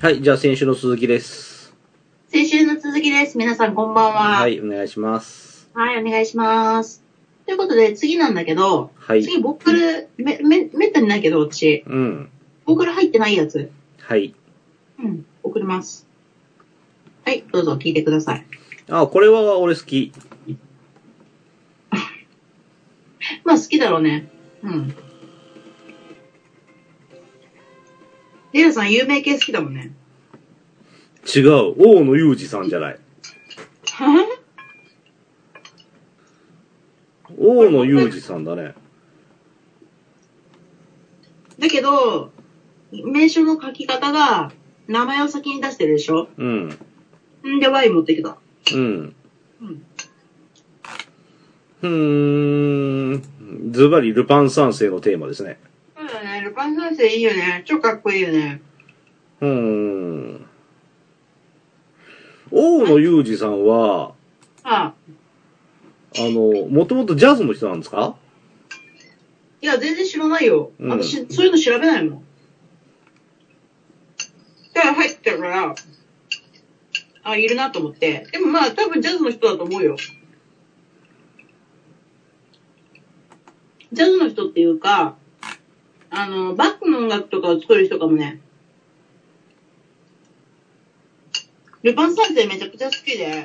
はい、じゃあ先週の鈴木です。 先週の続きです。皆さんこんばんは。 はい、お願いします。 はい、お願いします。ということで、次なんだけど、 はい。 次ボーカル、めったにないけど、私。 うん。 ボーカル入ってないやつ。 はい。 送ります。はい、どうぞ聞いてください。 あ、これは俺好き。 まあ好きだろうね。レイさん有名系好きだもんね。 違う。大野裕二さんじゃない。大野裕二さんだね。 だけど、名称の書き方が、名前を先に出してるでしょ。で、Y 持ってきた。 ズバリルパン三世のテーマですね。 そうだね。ルパン三世いいよね。超かっこいいよね。 大野裕二さんは、もともとジャズの人なんですか？ いや、全然知らないよ。私、そういうの調べないもん。だから入ってたから、あ、いるなと思って。でもまあ、多分ジャズの人だと思うよ。ジャズの人っていうか、バックの音楽とかを作る人かもね。ルパン三世めちゃくちゃ好きで。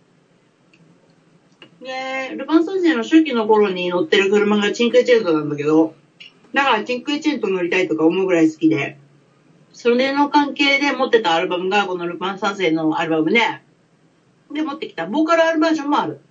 で、ルパン三世の初期の頃に乗ってる車がチンクエチェントなんだけど、だからチンクエチェント乗りたいとか思うぐらい好きで、それの関係で持ってたアルバムがこのルパン三世のアルバムで、で持ってきた。ボーカルアルバージョンもある。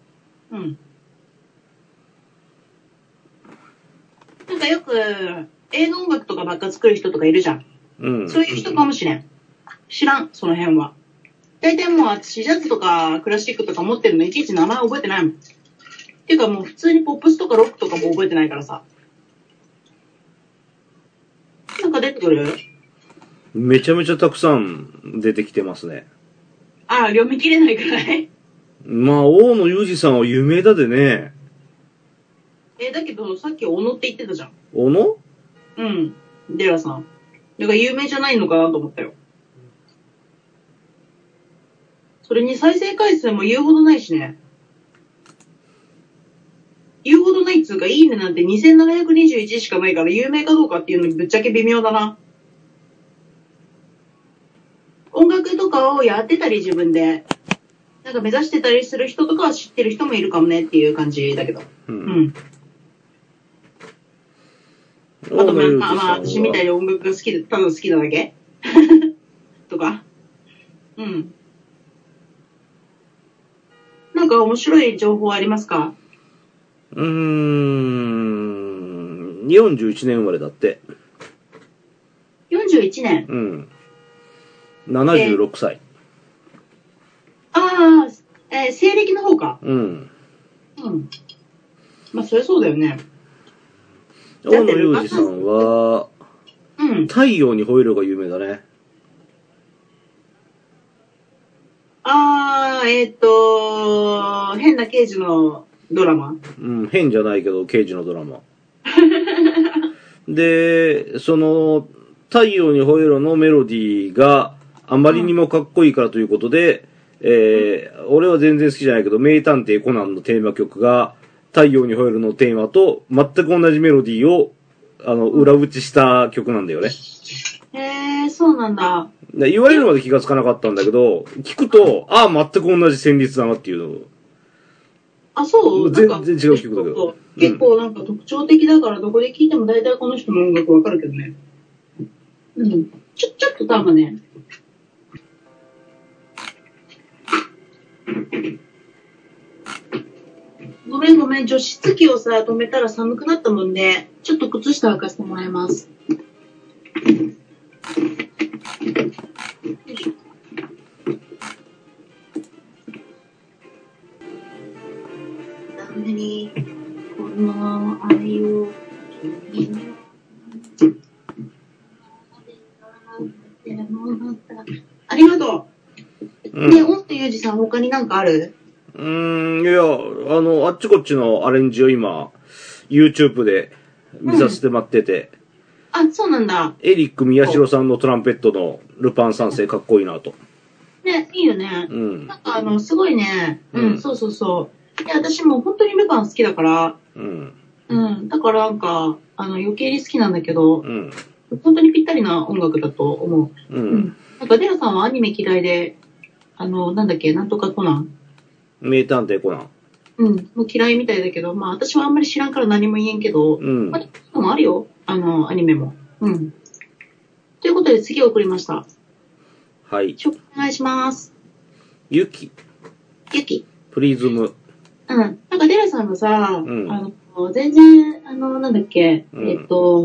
なんかよく映画音楽とかばっか作る人とかいるじゃん。そういう人かもしれん。知らん、その辺は。大体もう私ジャズとかクラシックとか持ってるのいちいち名前覚えてないもん。っていうかもう普通にポップスとかロックとかも覚えてないからさ。なんか出てくる？ めちゃめちゃたくさん出てきてますね。 ああ、読み切れないくらい。 まあ、大野裕二さんは有名だでね。 だけどさっき小野って言ってたじゃん。 小野？ デラさん。だから有名じゃないのかなと思ったよ。それに再生回数も言うほどないしね。言うほどないっつうか、いいねなんて2721しかないから有名かどうかっていうのにぶっちゃけ微妙だな。音楽とかをやってたり自分で、なんか目指してたりする人とかは知ってる人もいるかもねっていう感じだけど。あとまあ私みたいに音楽が好きで、ただ好きなだけとか。なんか面白い情報ありますか ？41年生まれだって。 41年 76歳。 西暦の方か。まあ、そりゃそうだよね。 大野裕二さんは、太陽に吠えるが有名だね。 変な刑事のドラマ。 変じゃないけど、刑事のドラマ。で、その、太陽に吠えろのメロディーがあまりにもかっこいいからということで、俺は全然好きじゃないけど、名探偵コナンのテーマ曲が、太陽に吠えろのテーマと全く同じメロディーを、裏打ちした曲なんだよね。 そうなんだ。 言われるまで気がつかなかったんだけど、聞くと、全く同じ旋律だなっていうの。 あ、そう？ 全然違う曲だけど。 結構なんか特徴的だからどこで聴いても大体この人の音楽わかるけどね。ちょっと多分ね。ごめん、除湿機をさ、止めたら寒くなったもんで、ちょっと靴下履かせてもらいます。ダメに、この愛をありがとう。で、大野裕二さん他になんかある？ いや、あっちこっちのアレンジを今、YouTube で見させてもらってて、 あ、そうなんだ。 エリック宮代さんのトランペットのルパン三世かっこいいなと。 ね、いいよね。 うん。 なんかすごいね。うん、そうそうそう。で、私も本当にルパン好きだから。うん。うん。だからなんか、余計に好きなんだけど、うん。本当にぴったりな音楽だと思う。うん。なんか、デラさんはアニメ嫌いで、なんだっけ、なんとかコナン。 名探偵コナン。 うん。もう嫌いみたいだけど、まあ私はあんまり知らんから何も言えんけど、うん。まあ、もあるよ。アニメも。うん。ということで次送りました。 はい。 お願いします。 ゆき。プリズム。 うん。なんかデラさんがさ、うん、全然、なんだっけ、うん、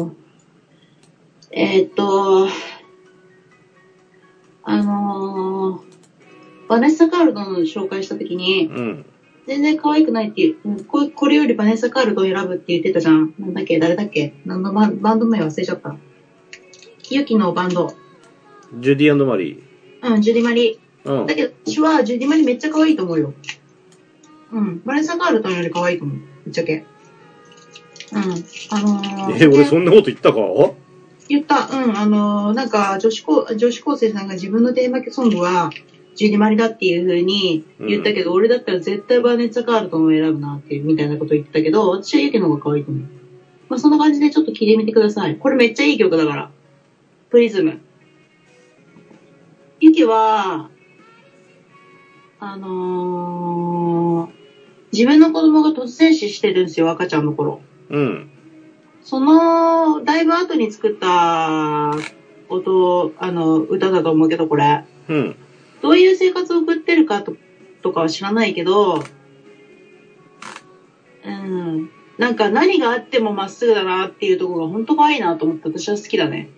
バネッサ・カールドンの紹介したときに、うん、全然可愛くないっていう、これよりバネッサ・カールドン選ぶって言ってたじゃん。なんだっけ、誰だっけ、何のバンド名忘れちゃった。ユキのバンド。 ジュディ&マリー。うん、ジュディマリ。うん。だけど、私はジュディマリめっちゃ可愛いと思うよ。うん。バネッサ・カールドンより可愛いと思う。ぶっちゃけ。うん。 俺そんなこと言ったか？ 言った。うん。なんか女子高生さんが自分のテーマソングは、ジュディマリだっていう風に言ったけど、うん、俺だったら絶対バネッサ・カールトンを選ぶなっていう、みたいなこと言ったけど、私はユキの方が可愛いと思う。まあ、そんな感じでちょっと聞いてみてください。これめっちゃいい曲だから。プリズム。ユキは、自分の子供が突然死してるんですよ、赤ちゃんの頃。うん。その、だいぶ後に作った歌だと思うけど、これ。うん。どういう生活を送ってるかとかは知らないけど、うん。なんか何があってもまっすぐだなっていうところが本当可愛いなと思って私は好きだね。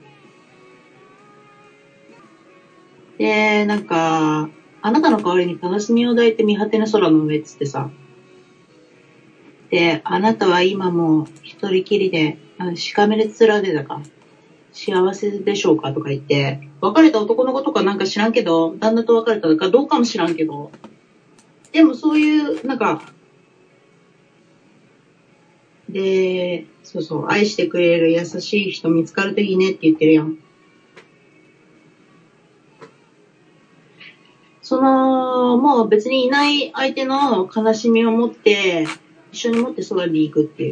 で、なんか、あなたの代わりに悲しみを抱いて見果てぬ空の上っつってさ。で、あなたは今も一人きりで、しかめれつらでだか、幸せでしょうかとか言って、別れた男の子とかなんか知らんけど、旦那と別れたかどうかも知らんけど、でもそういう、なんか、で、そうそう、愛してくれる優しい人見つかるといいねって言ってるやん。もう別にいない相手の悲しみを持って、一緒に持って空に行くっていう。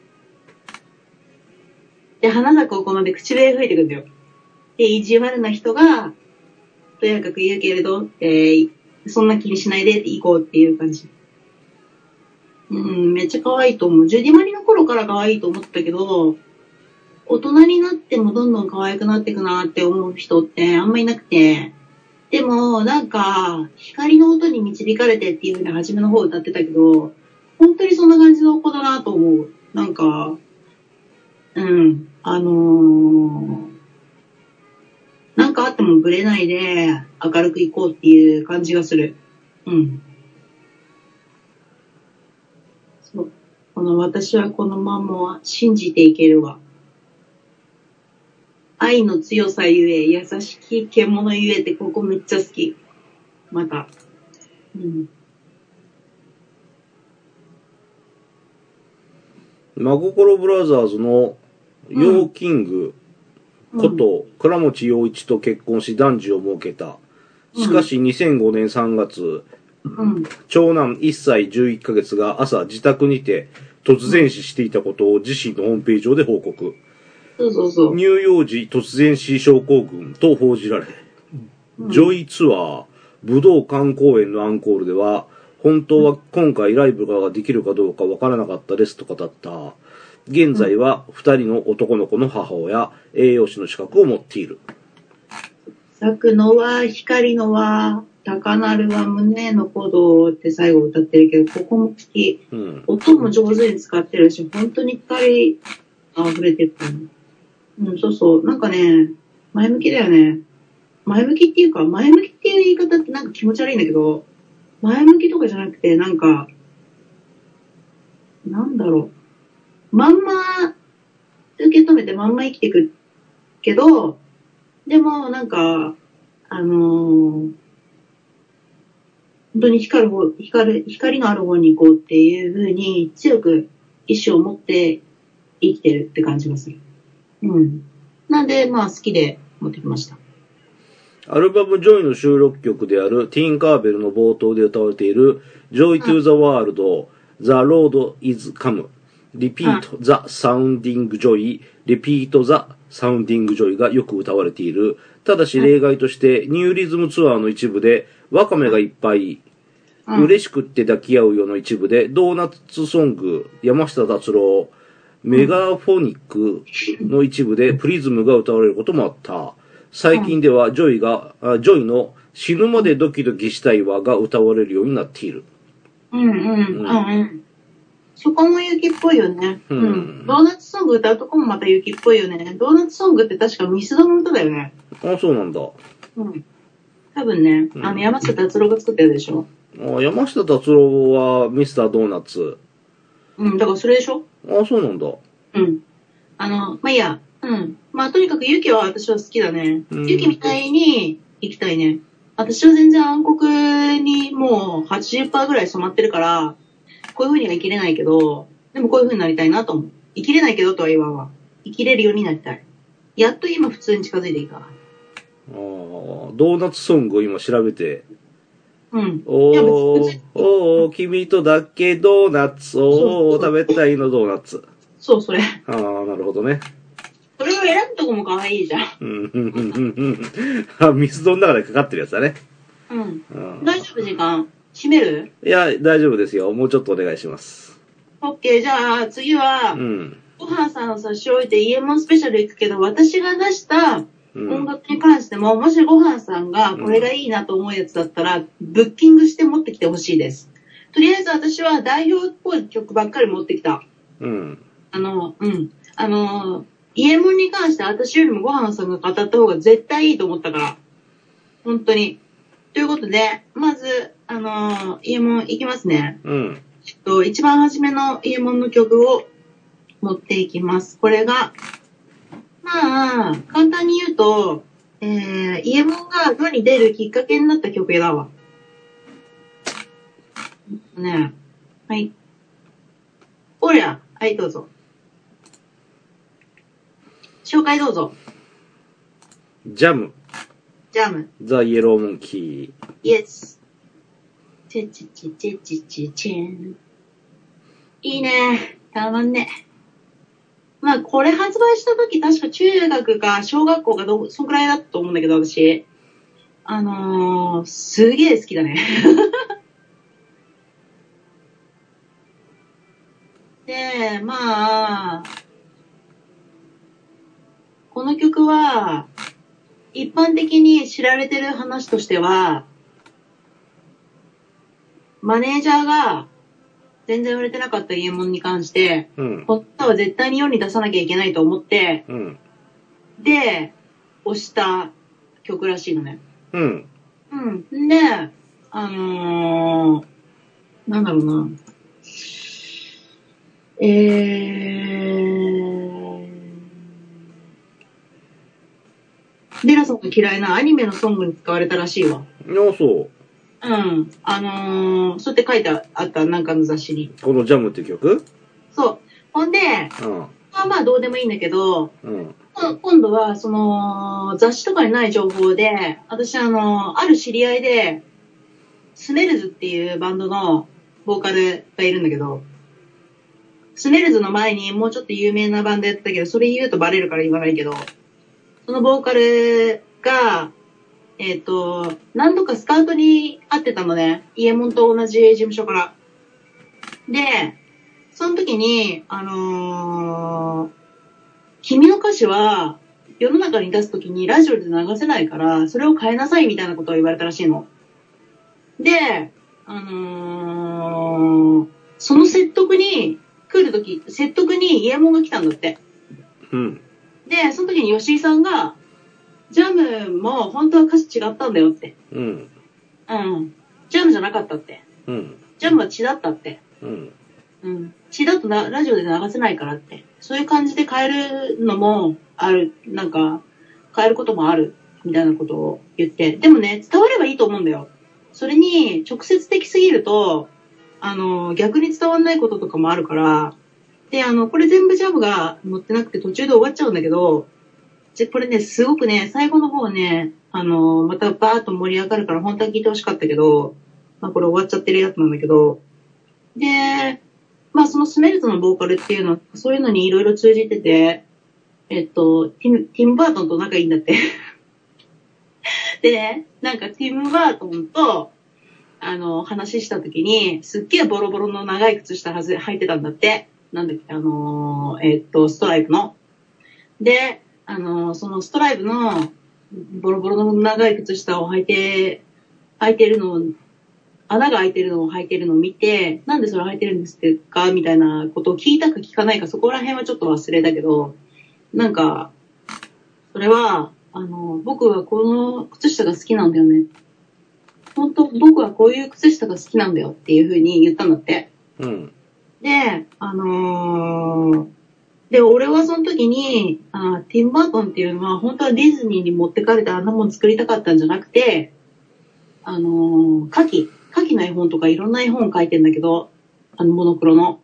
で、花咲くお好みで口笛吹いてくんだよ。で、意地悪な人が、とやかく言うけれど、そんな気にしないで行こうっていう感じ。うん、めっちゃ可愛いと思う。ジュディマリの頃から可愛いと思ったけど、大人になってもどんどん可愛くなっていくなって思う人ってあんまいなくて、でも、なんか、光の音に導かれてっていう風に初めの方歌ってたけど、本当にそんな感じの子だなと思う。なんか、うん、なんかあってもブレないで明るくいこうっていう感じがする。うん。そう。私はこのまま信じていけるわ。愛の強さゆえ、優しき獣ゆえってここめっちゃ好き。また。うん。 真心ブラザーズのヨーキングこと倉持陽一と結婚し男児を設けた。しかし2005年3月、長男1歳11ヶ月が朝自宅にて突然死していたことを自身のホームページ上で報告。乳幼児突然死症候群と報じられ、ジョイツアー武道館公演のアンコールでは、本当は今回ライブができるかどうかわからなかったですと語った。現在は2人の男の子の母親、栄養士の資格を持っている。 咲くのは光のは高鳴るは胸の鼓動って最後歌ってるけど、ここも好き。うん、音も上手に使ってるし、本当に光が溢れてる。うん、そうそう。なんかね、前向きだよね。前向きっていう言い方ってなんか気持ち悪いんだけど、前向きとかじゃなくて、なんか、なんだろう。まんま受け止めてまんま生きていくけど、でもなんか、本当に光のある方に行こうっていう風に強く意志を持って生きてるって感じがする。うん。 なんで、まあ好きで持ってきました。 アルバムジョイの収録曲であるティーン・カーベルの冒頭で歌われている Joy to the World, The Road is Come, Repeat the Sounding Joy, Repeat the Sounding Joy がよく歌われている。ただし例外としてニューリズムツアーの一部でワカメがいっぱい、嬉しくって抱き合うよの一部でドーナツソング、山下達郎、メガフォニックの一部でプリズムが歌われることもあった。最近ではジョイの死ぬまでドキドキしたいわが歌われるようになっている。 そこもユキっぽいよね。ドーナツソング歌うとこもまたユキっぽいよね。ドーナツソングって確かミスドの歌だよね。 あ、そうなんだ。 多分ね、山下達郎が作ってるでしょ。 山下達郎はミスタードーナツ。 だからそれでしょ。 あ、そうなんだ。 まあいいや。まあとにかくユキは私は好きだね。ユキみたいに行きたいね。私は全然暗黒にもう 80% ぐらい染まってるから、こういう風には生きれないけど、でもこういう風になりたいなと思う。生きれないけどとは言わんわ。生きれるようになりたい。やっと今普通に近づいていいから。 ドーナツソングを今調べて。おー、君とだけドーナツ、食べたいのドーナツ。 そう、それ。 なるほどね。 それを選ぶとこも可愛いじゃん。ミスドの中でかかってるやつだね。 大丈夫時間閉める？ いや、大丈夫ですよ。もうちょっとお願いします。 オッケー、じゃあ次は、ごはんさんを差し置いてイエモンスペシャル行くけど、私が出した音楽に関しても、もしごはんさんがこれがいいなと思うやつだったら、ブッキングして持ってきてほしいです。とりあえず私は代表っぽい曲ばっかり持ってきた。イエモンに関して私よりもごはんさんが語った方が絶対いいと思ったから。本当に。ということで、まず、イエモンいきますね。一番初めのイエモンの曲を持っていきます。これが、まあ、簡単に言うと、イエモンが世に出るきっかけになった曲だわ。はい。おりゃ、はい、どうぞ。紹介どうぞ。 ジャム。ザ・イエローモンキー。 イエス。チェチチチチチチェン。いいね。たまんね。まあ、これ発売した時確か中学か小学校かそんくらいだったと思うんだけど、私。すげえ好きだね。で、まあ、この曲は、一般的に知られてる話としては、マネージャーが全然売れてなかったイエモンに関して、こっちは絶対に世に出さなきゃいけないと思って、で、押した曲らしいのね。で、なんだろうな。デラさんが嫌いなアニメのソングに使われたらしいわ。 そう。 そうやって書いてあったなんかの雑誌に。 このジャムっていう曲？ そう。ほんで、まあどうでもいいんだけど、今度はその雑誌とかにない情報で、私ある知り合いで、スメルズっていうバンドのボーカルがいるんだけど、スメルズの前にもうちょっと有名なバンドやってたけど、それ言うとバレるから言わないけど、そのボーカルが、何度かスカウトに会ってたのね。イエモンと同じ事務所から。で、その時に、君の歌詞は世の中に出す時にラジオで流せないから、それを変えなさいみたいなことを言われたらしいの。で、その説得にイエモンが来たんだって。で、その時に吉井さんが、ジャムも本当は歌詞違ったんだよって。ジャムじゃなかったって。ジャムは血だったって。血だとラジオで流せないからって。そういう感じで変えるのもある。なんか、変えることもある。みたいなことを言って。でもね、伝わればいいと思うんだよ。それに、直接的すぎると、逆に伝わんないこととかもあるから。で、これ全部ジャムが載ってなくて途中で終わっちゃうんだけど、 これね、すごくね、最後の方ね、またバーッと盛り上がるから本当は聞いてほしかったけど、まあこれ終わっちゃってるやつなんだけど、で、まあそのスメルズのボーカルっていうのは、そういうのにいろいろ通じてて、ティム・バートンと仲いいんだって。でね、なんかティム・バートンと、話した時に、すっげえボロボロの長い靴下履いてたんだって。なんだっけ、ストライプの。で、そのストライプのボロボロの長い靴下を履いてるのを、穴が開いてるのを履いてるのを見て、なんでそれ履いてるんですかみたいなことを聞いたか聞かないか、そこら辺はちょっと忘れたけど、なんか、それは、僕はこの靴下が好きなんだよね。本当、僕はこういう靴下が好きなんだよっていう風に言ったんだって。 うん。 で、で、俺はその時に、ティム・バートンっていうのは、本当はディズニーに持ってかれてあんなもん作りたかったんじゃなくて、カキの絵本とかいろんな絵本書いてんだけど、モノクロの。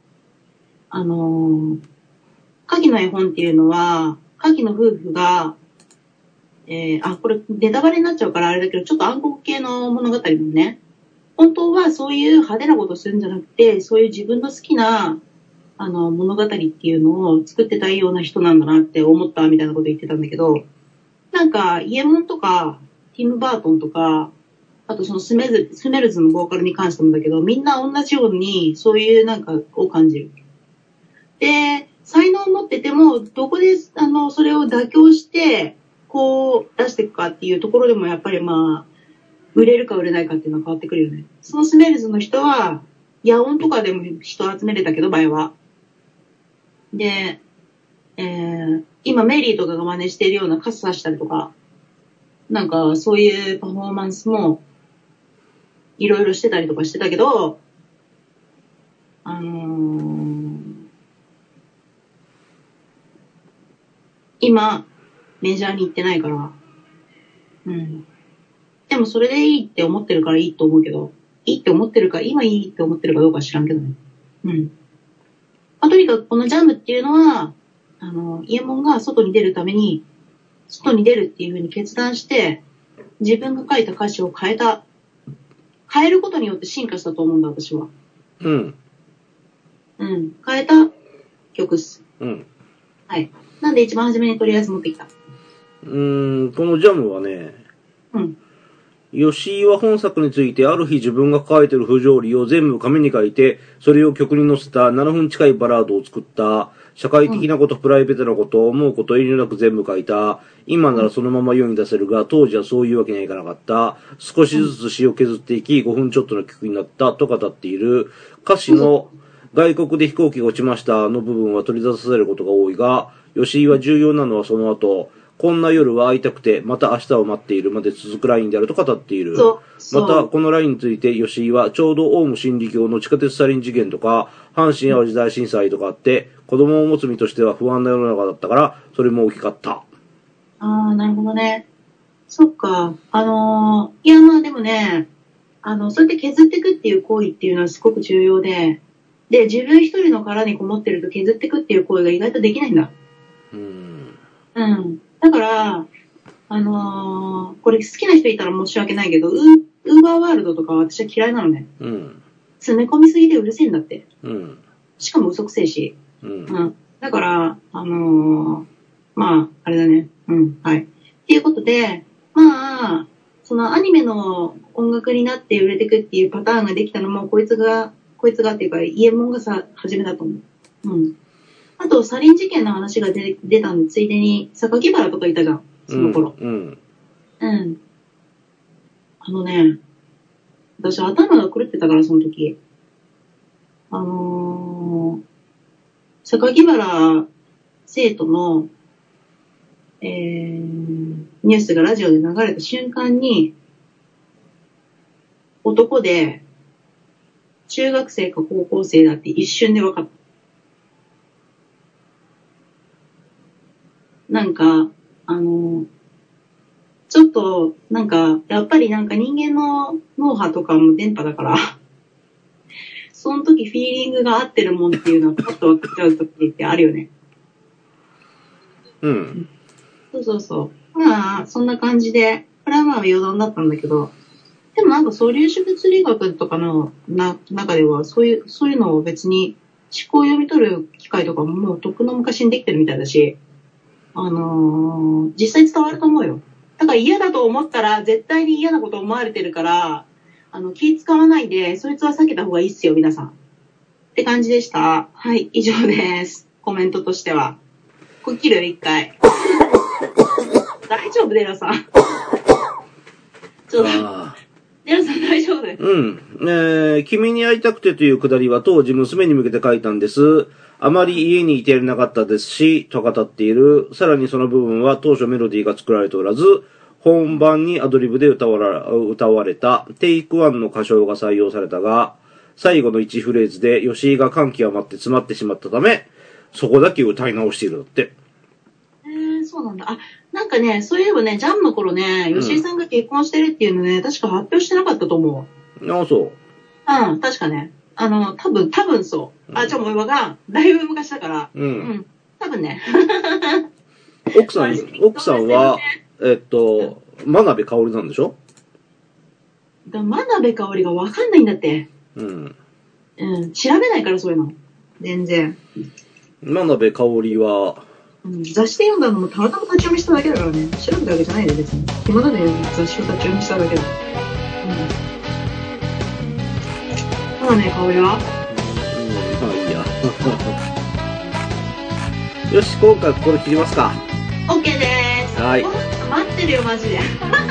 カキの絵本っていうのは、カキの夫婦が、これネタバレになっちゃうからあれだけど、ちょっと暗黒系の物語なのね。本当はそういう派手なことするんじゃなくて、そういう自分の好きな、物語っていうのを作ってたいような人なんだなって思ったみたいなこと言ってたんだけど、なんか、イエモンとか、ティム・バートンとか、あとそのスメルズのボーカルに関してもだけど、みんな同じように、そういうなんかを感じる。で、才能を持ってても、どこで、それを妥協して、こう出していくかっていうところでもやっぱりまあ、売れるか売れないかっていうのは変わってくるよね。そのスメルズの人は、野音とかでも人集めれたけど、前は。で、今メリーとかが真似しているようなカスさしたりとか、なんかそういうパフォーマンスもいろいろしてたりとかしてたけど、今、メジャーに行ってないから、うん。でもそれでいいって思ってるからいいと思うけど、いいって思ってるか、今いいって思ってるかどうか知らんけどね。うん。まあ、とにかくこのジャムっていうのは、イエモンが外に出るために、外に出るっていうふうに決断して、自分が書いた歌詞を変えた。変えることによって進化したと思うんだ、私は。 うん。 うん。変えた曲っす。 うん。 はい。なんで一番初めにとりあえず持ってきた。 このジャムはね、 うん。 吉井は本作についてある日自分が書いてる不条理を全部紙に書いて、それを曲に乗せた7分近いバラードを作った。社会的なこと、プライベートなこと、思うこと、遠慮なく全部書いた。今ならそのまま世に出せるが、当時はそういうわけにはいかなかった。少しずつ詩を削っていき、5分ちょっとの曲になったと語っている。歌詞の外国で飛行機が落ちましたの部分は取り出されることが多いが、吉井は重要なのはその後、こんな夜は会いたくて、また明日を待っているまで続くラインであると語っている。また、このラインについて吉井は、ちょうどオウム真理教の地下鉄サリン事件とか、阪神淡路大震災とかあって、子供を持つ身としては不安な世の中だったから、それも大きかった。 ああ、なるほどね。そっか。いや、まあでもね、そうやって削っていくっていう行為っていうのはすごく重要で、で、自分一人の殻にこもってると削っていくっていう行為が意外とできないんだ。うん。だから、これ好きな人いたら申し訳ないけど、ウーバーワールドとか私は嫌いなのね。 うん。 詰め込みすぎてうるせえんだって。 うん。 しかも嘘くせえし。 うん。 だから、まあ、あれだね。うん、はい。っていうことで、まあ、そのアニメの音楽になって売れてくっていうパターンができたのも、こいつがっていうか、イエモンが初めだと思う。うん。あと、サリン事件の話が出たんで、ついでに、榊原とかいたじゃん。その頃。 うん。 うん。私頭が狂ってたから、その時。榊原生徒の、ニュースがラジオで流れた瞬間に、男で、中学生か高校生だって一瞬で分かった。なんか、ちょっと、なんか、やっぱりなんか人間の脳波とかも電波だから、その時フィーリングが合ってるもんっていうのはパッと分かっちゃう時ってあるよね。 うん。 そうそうそう。まあ、そんな感じで、これはまあ余談だったんだけど、でもなんか素粒子物理学とかの中では、そういうのを別に思考を読み取る機会とかももうとっくの昔にできてるみたいだし、実際伝わると思うよ。だから嫌だと思ったら、絶対に嫌なこと思われてるから、気使わないで、そいつは避けた方がいいっすよ、皆さん。って感じでした。はい、以上です。コメントとしては。これ切る一回。大丈夫、デラさん。ちょっと、デラさん大丈夫？ うん。君に会いたくてというくだりは当時娘に向けて書いたんです。あまり家にいてやれなかったですし、と語っている。さらにその部分は当初メロディーが作られておらず、本番にアドリブで歌われたテイク1の歌唱が採用されたが、最後の1フレーズで吉井が感極まって詰まってしまったため、そこだけ歌い直しているだって。 そうなんだ。あ、なんかね、そういえばね、ジャンの頃ね、吉井さんが結婚してるっていうのね、確か発表してなかったと思う。 ああ、そう。 うん、確かね。多分そう。あ、じゃあもう今が、だいぶ昔だから。多分ね。 奥さんは、真鍋かおりなんでしょ？ 真鍋かおりがわかんないんだって。調べないからそういうの。全然。 真鍋かおりは、 雑誌で読んだのもたまたま立ち読みしただけだからね。調べたわけじゃないで別に。暇だね、雑誌を立ち読みしただけだ。真鍋かおりは？ まあいいや。よし、今回これ切りますか。 OK です。 はい。 待ってるよ、マジで。